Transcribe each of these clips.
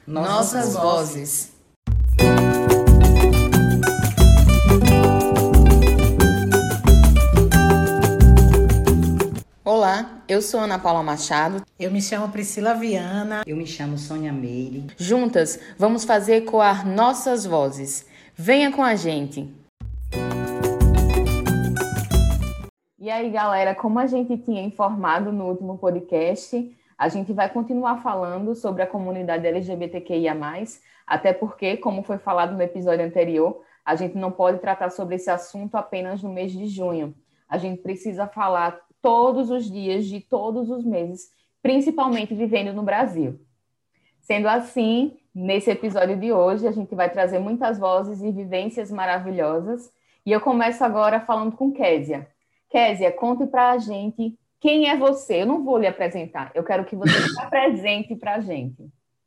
Nossas vozes. Olá, eu sou Ana Paula Machado. Eu me chamo Priscila Viana. Eu me chamo Sônia Meire. Juntas, vamos fazer ecoar nossas vozes. Venha com a gente! E aí, galera, como a gente tinha informado no último podcast, a gente vai continuar falando sobre a comunidade LGBTQIA+, até porque, como foi falado no episódio anterior, a gente não pode tratar sobre esse assunto apenas no mês de junho. A gente precisa falar todos os dias de todos os meses, principalmente vivendo no Brasil. Sendo assim, nesse episódio de hoje, a gente vai trazer muitas vozes e vivências maravilhosas. E eu começo agora falando com Késia. Késia, conte pra gente quem é você. Eu não vou lhe apresentar, eu quero que você se apresente pra gente.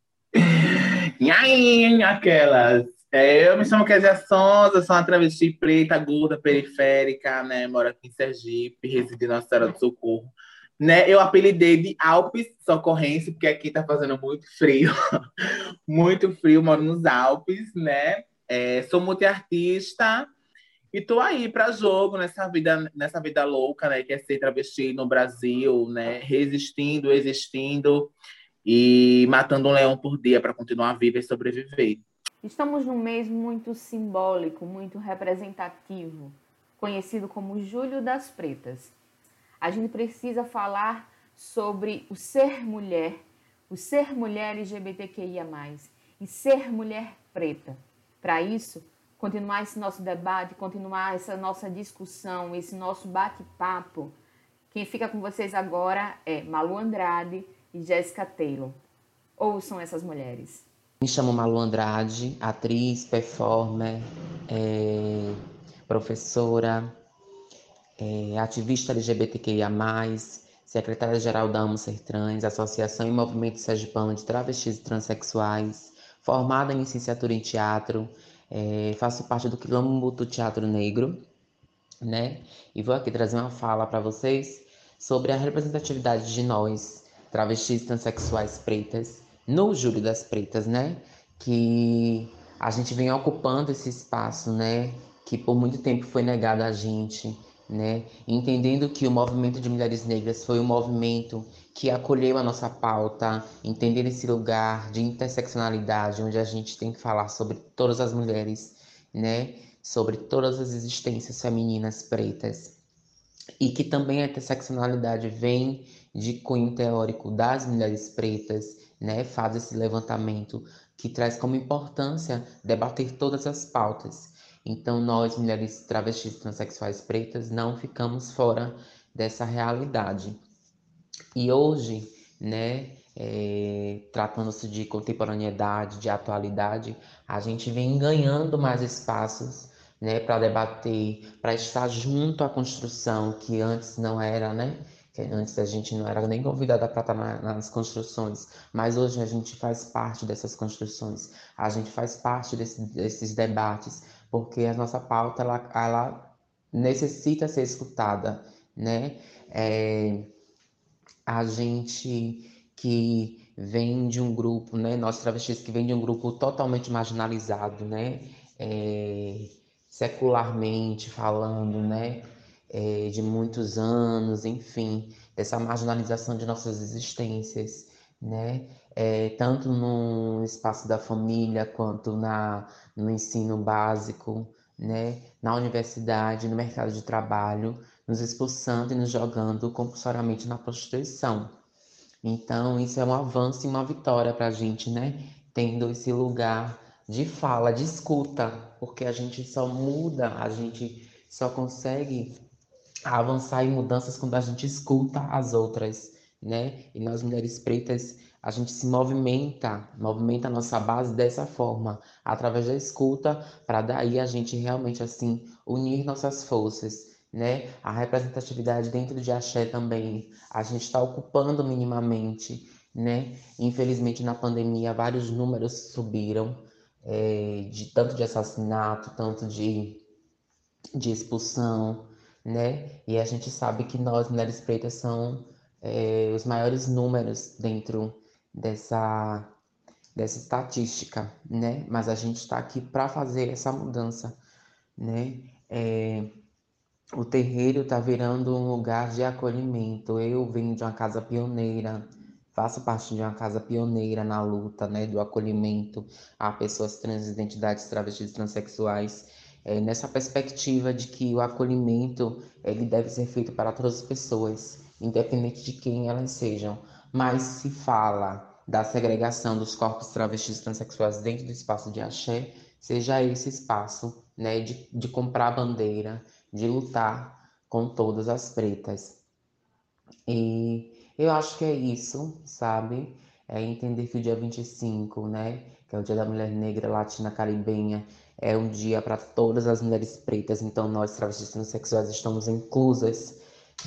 Aquelas. Eu me chamo Késia Sonza, sou uma travesti preta, gorda, periférica, né? Moro aqui em Sergipe, resido na Senhora do Socorro. Né? Eu apelidei de Alpes Socorrense, porque aqui tá fazendo muito frio. Muito frio, moro nos Alpes, né? Sou multiartista e tô aí para jogo nessa vida louca, né? Que é ser travesti no Brasil, né? Resistindo, existindo e matando um leão por dia para continuar viva e sobreviver. Estamos num mês muito simbólico, muito representativo, conhecido como Julho das Pretas. A gente precisa falar sobre o ser mulher LGBTQIA+, e ser mulher preta. Para isso, continuar esse nosso debate, continuar essa nossa discussão, esse nosso bate-papo, quem fica com vocês agora é Malu Andrade e Jéssica Taylor. Ouçam essas mulheres. Me chamo Malu Andrade, atriz, performer, professora, ativista LGBTQIA+, secretária-geral da Amo Ser Trans, Associação e Movimento Sergipano de Travestis e Transsexuais, formada em licenciatura em teatro, faço parte do Quilombo do Teatro Negro, né? E vou aqui trazer uma fala para vocês sobre a representatividade de nós, travestis e transexuais pretas, no Julho das Pretas, né? Que a gente vem ocupando esse espaço, né? Que por muito tempo foi negado a gente, né? Entendendo que o movimento de mulheres negras foi um movimento que acolheu a nossa pauta, entender esse lugar de interseccionalidade, onde a gente tem que falar sobre todas as mulheres, né? Sobre todas as existências femininas pretas. E que também a interseccionalidade vem de cunho teórico das mulheres pretas, né? Faz esse levantamento que traz como importância debater todas as pautas. Então, nós, mulheres travestis transexuais pretas, não ficamos fora dessa realidade. E hoje, né, tratando-se de contemporaneidade, de atualidade, a gente vem ganhando mais espaços, né, para debater, para estar junto à construção, que antes não era, né? Que antes a gente não era nem convidada para estar nas construções, mas hoje a gente faz parte dessas construções, a gente faz parte desses debates, porque a nossa pauta ela necessita ser escutada, né? A gente que vem de um grupo, né? Nós travestis que vem de um grupo totalmente marginalizado, né? Secularmente falando, né? De muitos anos, enfim, dessa marginalização de nossas existências, né? Tanto no espaço da família quanto no ensino básico, né? Na universidade, no mercado de trabalho, nos expulsando e nos jogando compulsoriamente na prostituição. Então, isso é um avanço e uma vitória para a gente, né? Tendo esse lugar de fala, de escuta, porque a gente só muda, a gente só consegue avançar em mudanças quando a gente escuta as outras, né? E nós, mulheres pretas, a gente se movimenta a nossa base dessa forma, através da escuta, para daí a gente realmente, assim, unir nossas forças, né? A representatividade dentro de axé também, a gente está ocupando minimamente, né? Infelizmente, na pandemia, vários números subiram, tanto de assassinato, tanto de expulsão, né? E a gente sabe que nós, mulheres pretas, são os maiores números dentro dessa estatística, né? Mas a gente está aqui para fazer essa mudança, né? O terreiro está virando um lugar de acolhimento. Eu venho de uma casa pioneira, faço parte de uma casa pioneira na luta, né, do acolhimento a pessoas trans, identidades travestis, transexuais, nessa perspectiva de que o acolhimento ele deve ser feito para todas as pessoas, independente de quem elas sejam. Mas se fala da segregação dos corpos travestis transexuais dentro do espaço de axé, seja esse espaço, né, de comprar bandeira, de lutar com todas as pretas. E eu acho que é isso, sabe? É entender que o dia 25, né, que é o Dia da Mulher Negra Latina Caribenha, é um dia para todas as mulheres pretas, então nós, travestis transexuais, estamos inclusas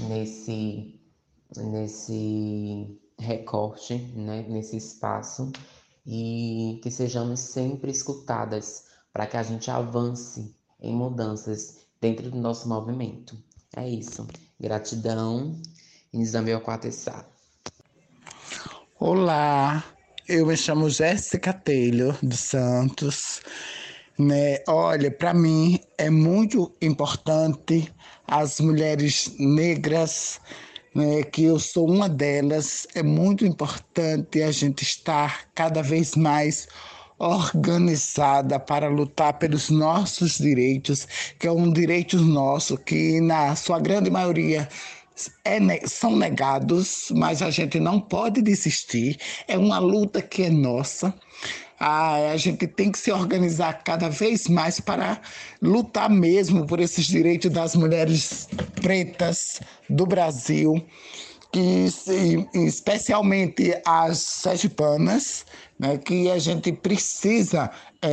nesse recorte, né, nesse espaço, e que sejamos sempre escutadas para que a gente avance em mudanças dentro do nosso movimento. É isso. Gratidão. Nizame Okwatessa. Olá, eu me chamo Jéssica Taylor dos Santos. Olha, para mim é muito importante as mulheres negras, que eu sou uma delas. É muito importante a gente estar cada vez mais organizada para lutar pelos nossos direitos, que é um direito nosso que, na sua grande maioria, são negados, mas a gente não pode desistir. É uma luta que é nossa. A gente tem que se organizar cada vez mais para lutar mesmo por esses direitos das mulheres pretas do Brasil, que especialmente as sergipanas, né, que a gente precisa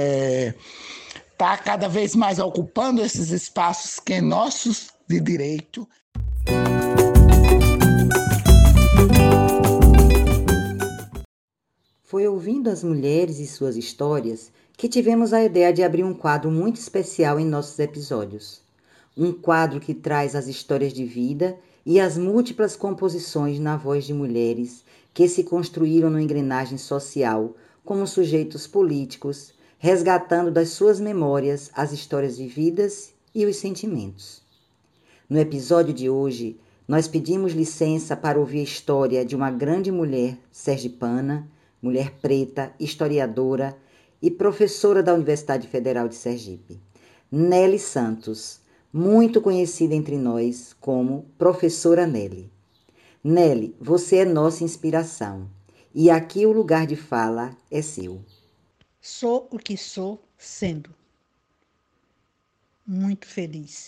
tá cada vez mais ocupando esses espaços que é nossos de direito. Foi ouvindo as mulheres e suas histórias que tivemos a ideia de abrir um quadro muito especial em nossos episódios. Um quadro que traz as histórias de vida e as múltiplas composições na voz de mulheres que se construíram numa engrenagem social como sujeitos políticos, resgatando das suas memórias as histórias vividas e os sentimentos. No episódio de hoje, nós pedimos licença para ouvir a história de uma grande mulher sergipana, mulher preta, historiadora e professora da Universidade Federal de Sergipe, Nelly Santos, muito conhecida entre nós como Professora Nelly. Nelly, você é nossa inspiração e aqui o lugar de fala é seu. Sou o que sou sendo. Muito feliz.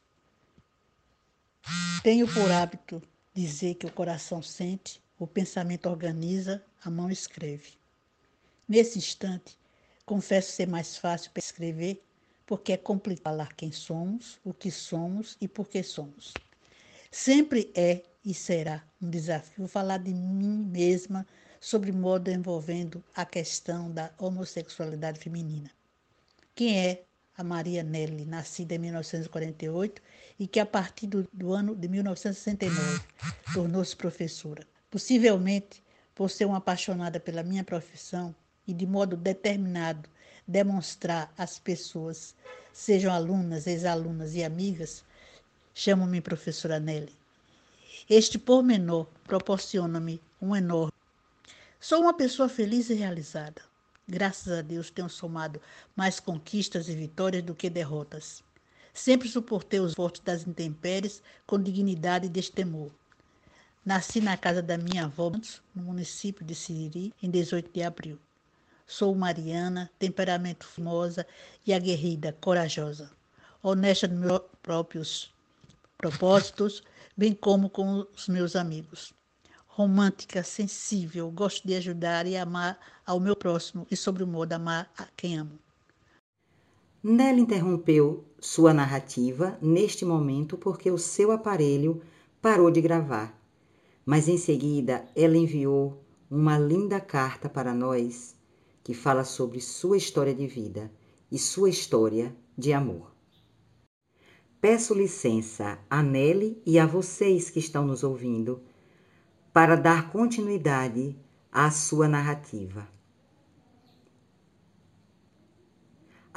Tenho por hábito dizer que o coração sente, o pensamento organiza, a mão escreve. Nesse instante, confesso ser mais fácil para escrever, porque é complicado falar quem somos, o que somos e por que somos. Sempre é e será um desafio falar de mim mesma sobre modo envolvendo a questão da homossexualidade feminina. Quem é a Maria Nelly, nascida em 1948 e que a partir do ano de 1969 tornou-se professora? Possivelmente por ser uma apaixonada pela minha profissão e de modo determinado demonstrar às pessoas, sejam alunas, ex-alunas e amigas, chamo-me professora Nelly. Este pormenor proporciona-me um enorme. Sou uma pessoa feliz e realizada. Graças a Deus tenho somado mais conquistas e vitórias do que derrotas. Sempre suportei os fortes das intempéries com dignidade e destemor. Nasci na casa da minha avó, no município de Siriri, em 18 de abril. Sou mariana, temperamento formosa e aguerrida, corajosa. Honesta nos meus próprios propósitos, bem como com os meus amigos. Romântica, sensível, gosto de ajudar e amar ao meu próximo e, sobre o modo, amar a quem amo. Nelly interrompeu sua narrativa neste momento porque o seu aparelho parou de gravar. Mas em seguida ela enviou uma linda carta para nós que fala sobre sua história de vida e sua história de amor. Peço licença a Nelly e a vocês que estão nos ouvindo para dar continuidade à sua narrativa.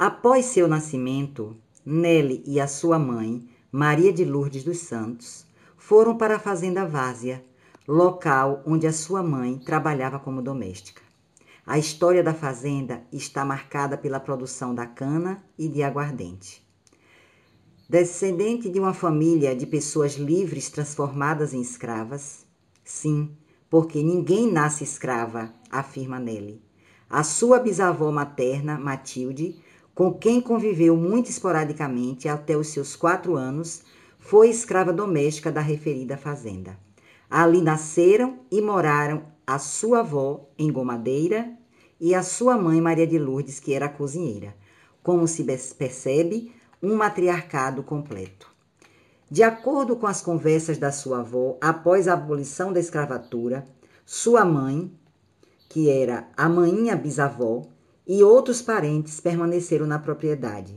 Após seu nascimento, Nelly e a sua mãe, Maria de Lourdes dos Santos, foram para a fazenda Várzea, local onde a sua mãe trabalhava como doméstica. A história da fazenda está marcada pela produção da cana e de aguardente. Descendente de uma família de pessoas livres transformadas em escravas? Sim, porque ninguém nasce escrava, afirma Nelly. A sua bisavó materna, Matilde, com quem conviveu muito esporadicamente até os seus 4 anos, foi escrava doméstica da referida fazenda. Ali nasceram e moraram a sua avó, engomadeira, e a sua mãe, Maria de Lourdes, que era cozinheira. Como se percebe, um matriarcado completo. De acordo com as conversas da sua avó, após a abolição da escravatura, sua mãe, que era a mainha bisavó, e outros parentes permaneceram na propriedade.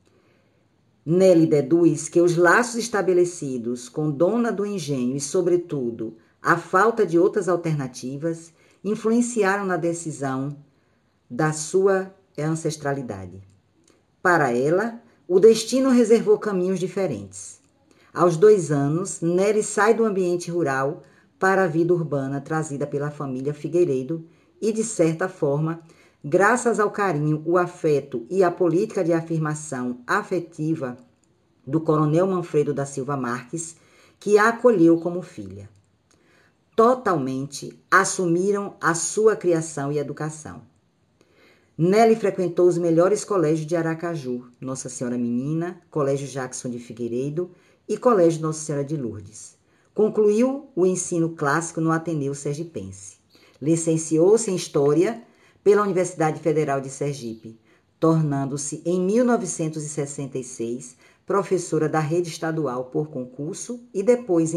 Nelly deduz que os laços estabelecidos com dona do engenho e, sobretudo, a falta de outras alternativas influenciaram na decisão da sua ancestralidade. Para ela, o destino reservou caminhos diferentes. Aos 2 anos, Nelly sai do ambiente rural para a vida urbana trazida pela família Figueiredo e, de certa forma, graças ao carinho, o afeto e a política de afirmação afetiva do coronel Manfredo da Silva Marques, que a acolheu como filha. Totalmente assumiram a sua criação e educação. Nelly frequentou os melhores colégios de Aracaju, Nossa Senhora Menina, Colégio Jackson de Figueiredo e Colégio Nossa Senhora de Lourdes. Concluiu o ensino clássico no Ateneu Sergipense. Licenciou-se em História pela Universidade Federal de Sergipe, tornando-se em 1966 professora da rede estadual por concurso e depois, em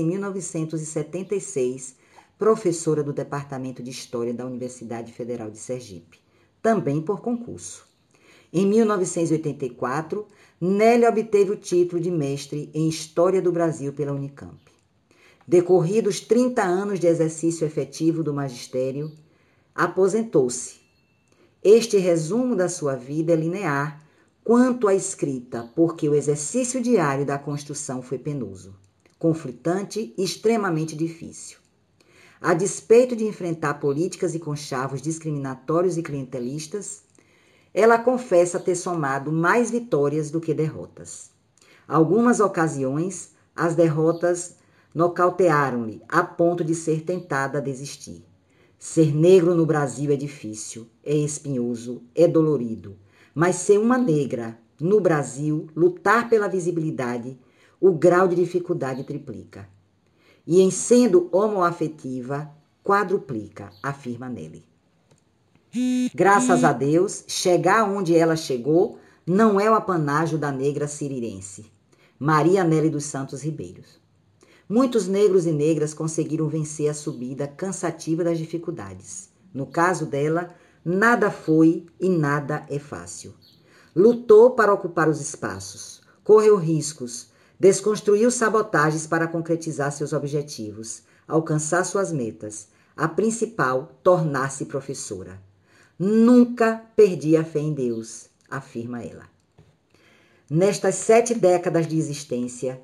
1976, professora do Departamento de História da Universidade Federal de Sergipe, também por concurso. Em 1984, Nelly obteve o título de mestre em História do Brasil pela Unicamp. Decorridos 30 anos de exercício efetivo do magistério, aposentou-se. Este resumo da sua vida é linear quanto à escrita, porque o exercício diário da construção foi penoso, conflitante e extremamente difícil. A despeito de enfrentar políticas e conchavos discriminatórios e clientelistas, ela confessa ter somado mais vitórias do que derrotas. Algumas ocasiões, as derrotas nocautearam-lhe a ponto de ser tentada a desistir. Ser negro no Brasil é difícil, é espinhoso, é dolorido. Mas ser uma negra no Brasil, lutar pela visibilidade, o grau de dificuldade triplica. E em sendo homoafetiva, quadruplica, afirma Nelly. Graças a Deus, chegar onde ela chegou não é o apanágio da negra sirirense. Maria Nelly dos Santos Ribeiros. Muitos negros e negras conseguiram vencer a subida cansativa das dificuldades. No caso dela, nada foi e nada é fácil. Lutou para ocupar os espaços, correu riscos, desconstruiu sabotagens para concretizar seus objetivos, alcançar suas metas, a principal, tornar-se professora. Nunca perdi a fé em Deus, afirma ela. Nestas 7 décadas de existência,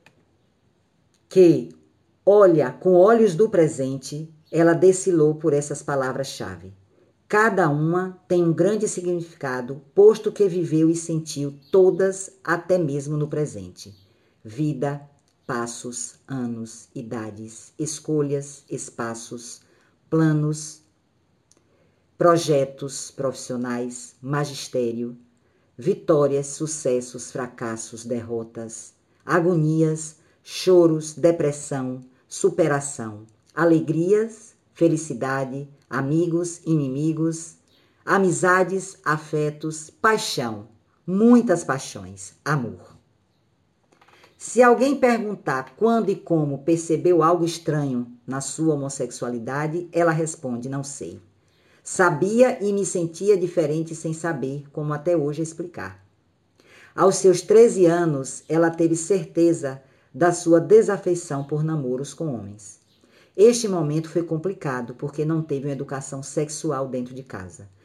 que olha com olhos do presente, ela desfilou por essas palavras-chave. Cada uma tem um grande significado, posto que viveu e sentiu todas, até mesmo no presente. Vida, passos, anos, idades, escolhas, espaços, planos, projetos profissionais, magistério, vitórias, sucessos, fracassos, derrotas, agonias, choros, depressão, superação, alegrias, felicidade, amigos, inimigos, amizades, afetos, paixão, muitas paixões, amor. Se alguém perguntar quando e como percebeu algo estranho na sua homossexualidade, ela responde, não sei. Sabia e me sentia diferente sem saber como até hoje explicar. Aos seus 13 anos, ela teve certeza da sua desafeição por namoros com homens. Este momento foi complicado porque não teve uma educação sexual dentro de casa.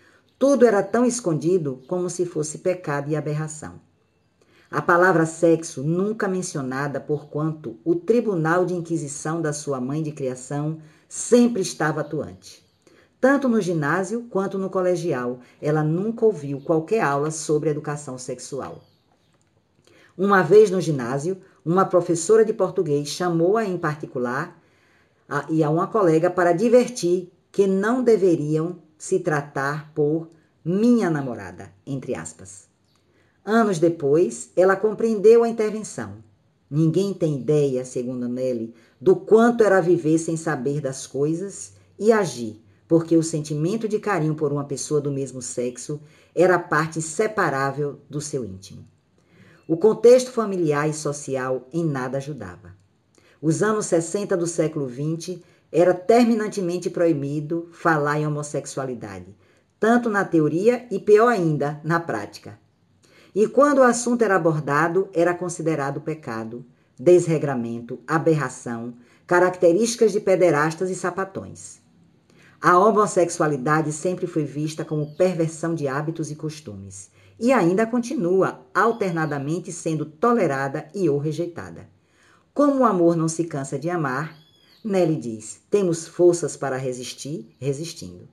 Tudo era tão escondido como se fosse pecado e aberração. A palavra sexo nunca mencionada, porquanto o tribunal de inquisição da sua mãe de criação sempre estava atuante. Tanto no ginásio quanto no colegial, ela nunca ouviu qualquer aula sobre educação sexual. Uma vez no ginásio, uma professora de português chamou-a em particular e a uma colega para advertir que não deveriam se tratar por minha namorada, entre aspas. Anos depois, ela compreendeu a intervenção. Ninguém tem ideia, segundo Nelly, do quanto era viver sem saber das coisas e agir, porque o sentimento de carinho por uma pessoa do mesmo sexo era parte inseparável do seu íntimo. O contexto familiar e social em nada ajudava. Os anos 60 do século XX era terminantemente proibido falar em homossexualidade, tanto na teoria e, pior ainda, na prática. E quando o assunto era abordado, era considerado pecado, desregramento, aberração, características de pederastas e sapatões. A homossexualidade sempre foi vista como perversão de hábitos e costumes, e ainda continua alternadamente sendo tolerada e ou rejeitada. Como o amor não se cansa de amar, Nelly diz, temos forças para resistir, resistindo.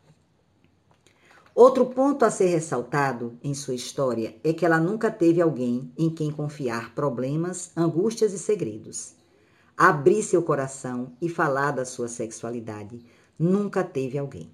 Outro ponto a ser ressaltado em sua história é que ela nunca teve alguém em quem confiar problemas, angústias e segredos. Abrir seu coração e falar da sua sexualidade, nunca teve alguém.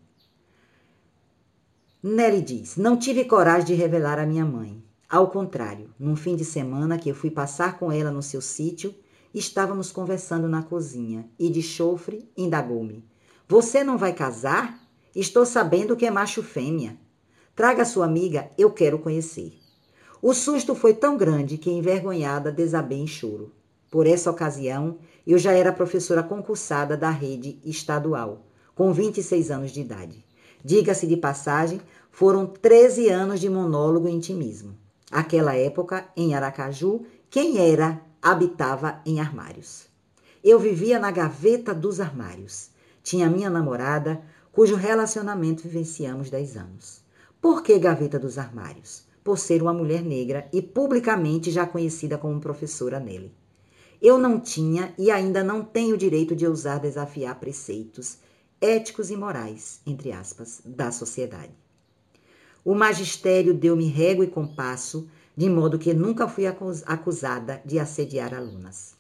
Nelly diz, não tive coragem de revelar à minha mãe. Ao contrário, num fim de semana que eu fui passar com ela no seu sítio, estávamos conversando na cozinha e de chofre indagou-me. Você não vai casar? Estou sabendo que é macho fêmea. Traga sua amiga, eu quero conhecer. O susto foi tão grande que, envergonhada, desabei em choro. Por essa ocasião, eu já era professora concursada da rede estadual, com 26 anos de idade. Diga-se de passagem, foram 13 anos de monólogo e intimismo. Aquela época, em Aracaju, quem era, habitava em armários. Eu vivia na gaveta dos armários. Tinha minha namorada, cujo relacionamento vivenciamos 10 anos. Por que gaveta dos armários? Por ser uma mulher negra e publicamente já conhecida como professora Nelly. Eu não tinha e ainda não tenho o direito de ousar desafiar preceitos éticos e morais, entre aspas, da sociedade. O magistério deu-me régua e compasso, de modo que nunca fui acusada de assediar alunas.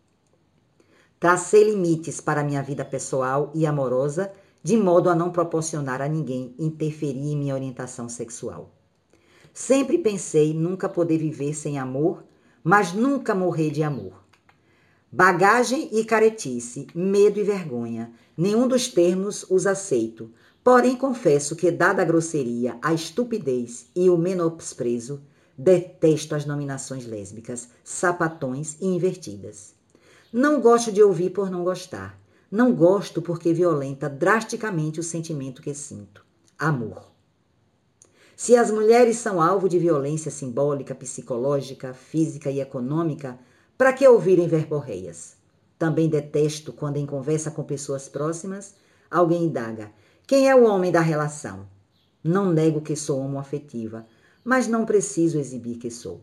Tracei limites para minha vida pessoal e amorosa, de modo a não proporcionar a ninguém interferir em minha orientação sexual. Sempre pensei nunca poder viver sem amor, mas nunca morrer de amor. Bagagem e caretice, medo e vergonha, nenhum dos termos os aceito, porém confesso que, dada a grosseria, a estupidez e o menosprezo, detesto as nominações lésbicas, sapatões e invertidas. Não gosto de ouvir por não gostar. Não gosto porque violenta drasticamente o sentimento que sinto. Amor. Se as mulheres são alvo de violência simbólica, psicológica, física e econômica, para que ouvirem verborreias? Também detesto quando, em conversa com pessoas próximas, alguém indaga: quem é o homem da relação? Não nego que sou homoafetiva, mas não preciso exibir que sou.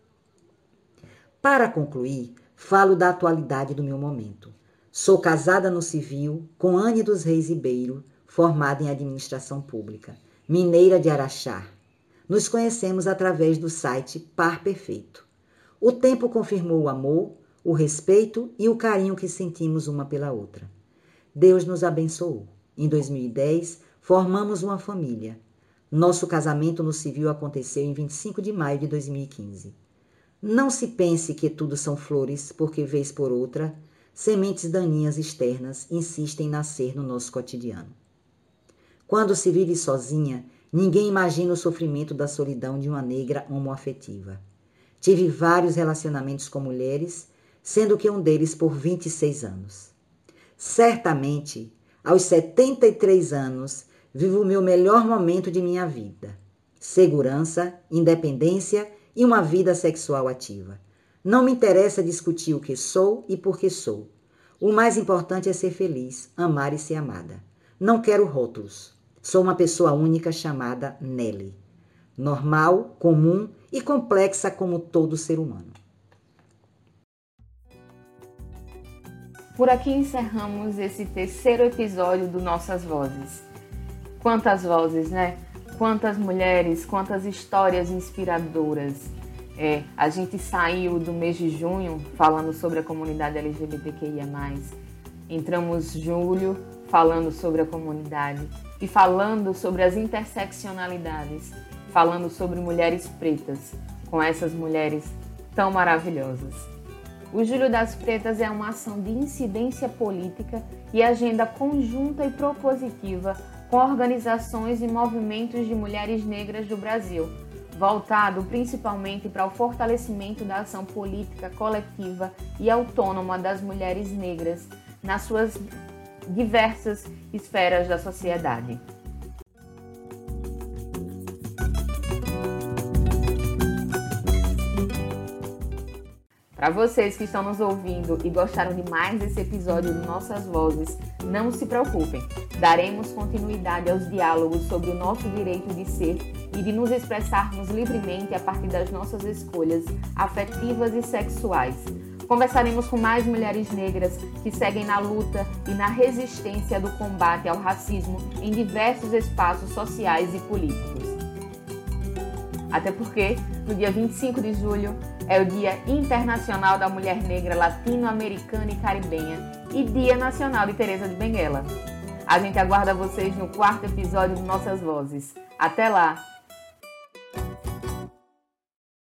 Para concluir, falo da atualidade do meu momento. Sou casada no civil com Anne dos Reis Ribeiro, formada em administração pública, mineira de Araxá. Nos conhecemos através do site Par Perfeito. O tempo confirmou o amor, o respeito e o carinho que sentimos uma pela outra. Deus nos abençoou. Em 2010, formamos uma família. Nosso casamento no civil aconteceu em 25 de maio de 2015. Não se pense que tudo são flores, porque, vez por outra, sementes daninhas externas insistem em nascer no nosso cotidiano. Quando se vive sozinha, ninguém imagina o sofrimento da solidão de uma negra homoafetiva. Tive vários relacionamentos com mulheres, sendo que um deles por 26 anos. Certamente, aos 73 anos, vivo o meu melhor momento de minha vida. Segurança, independência e uma vida sexual ativa. Não me interessa discutir o que sou e por que sou. O mais importante é ser feliz, amar e ser amada. Não quero rótulos. Sou uma pessoa única chamada Nelly. Normal, comum e complexa como todo ser humano. Por aqui encerramos esse terceiro episódio do Nossas Vozes. Quantas vozes, né? Quantas mulheres, quantas histórias inspiradoras. A gente saiu do mês de junho falando sobre a comunidade LGBTQIA+. Entramos julho falando sobre a comunidade e falando sobre as interseccionalidades, falando sobre mulheres pretas, com essas mulheres tão maravilhosas. O Julho das Pretas é uma ação de incidência política e agenda conjunta e propositiva com organizações e movimentos de mulheres negras do Brasil, voltado principalmente para o fortalecimento da ação política coletiva e autônoma das mulheres negras nas suas diversas esferas da sociedade. Para vocês que estão nos ouvindo e gostaram demais desse episódio do Nossas Vozes, não se preocupem. Daremos continuidade aos diálogos sobre o nosso direito de ser e de nos expressarmos livremente a partir das nossas escolhas afetivas e sexuais. Conversaremos com mais mulheres negras que seguem na luta e na resistência do combate ao racismo em diversos espaços sociais e políticos. Até porque, no dia 25 de julho, é o Dia Internacional da Mulher Negra Latino-Americana e Caribenha e Dia Nacional de Teresa de Benguela. A gente aguarda vocês no 4º episódio de Nossas Vozes. Até lá!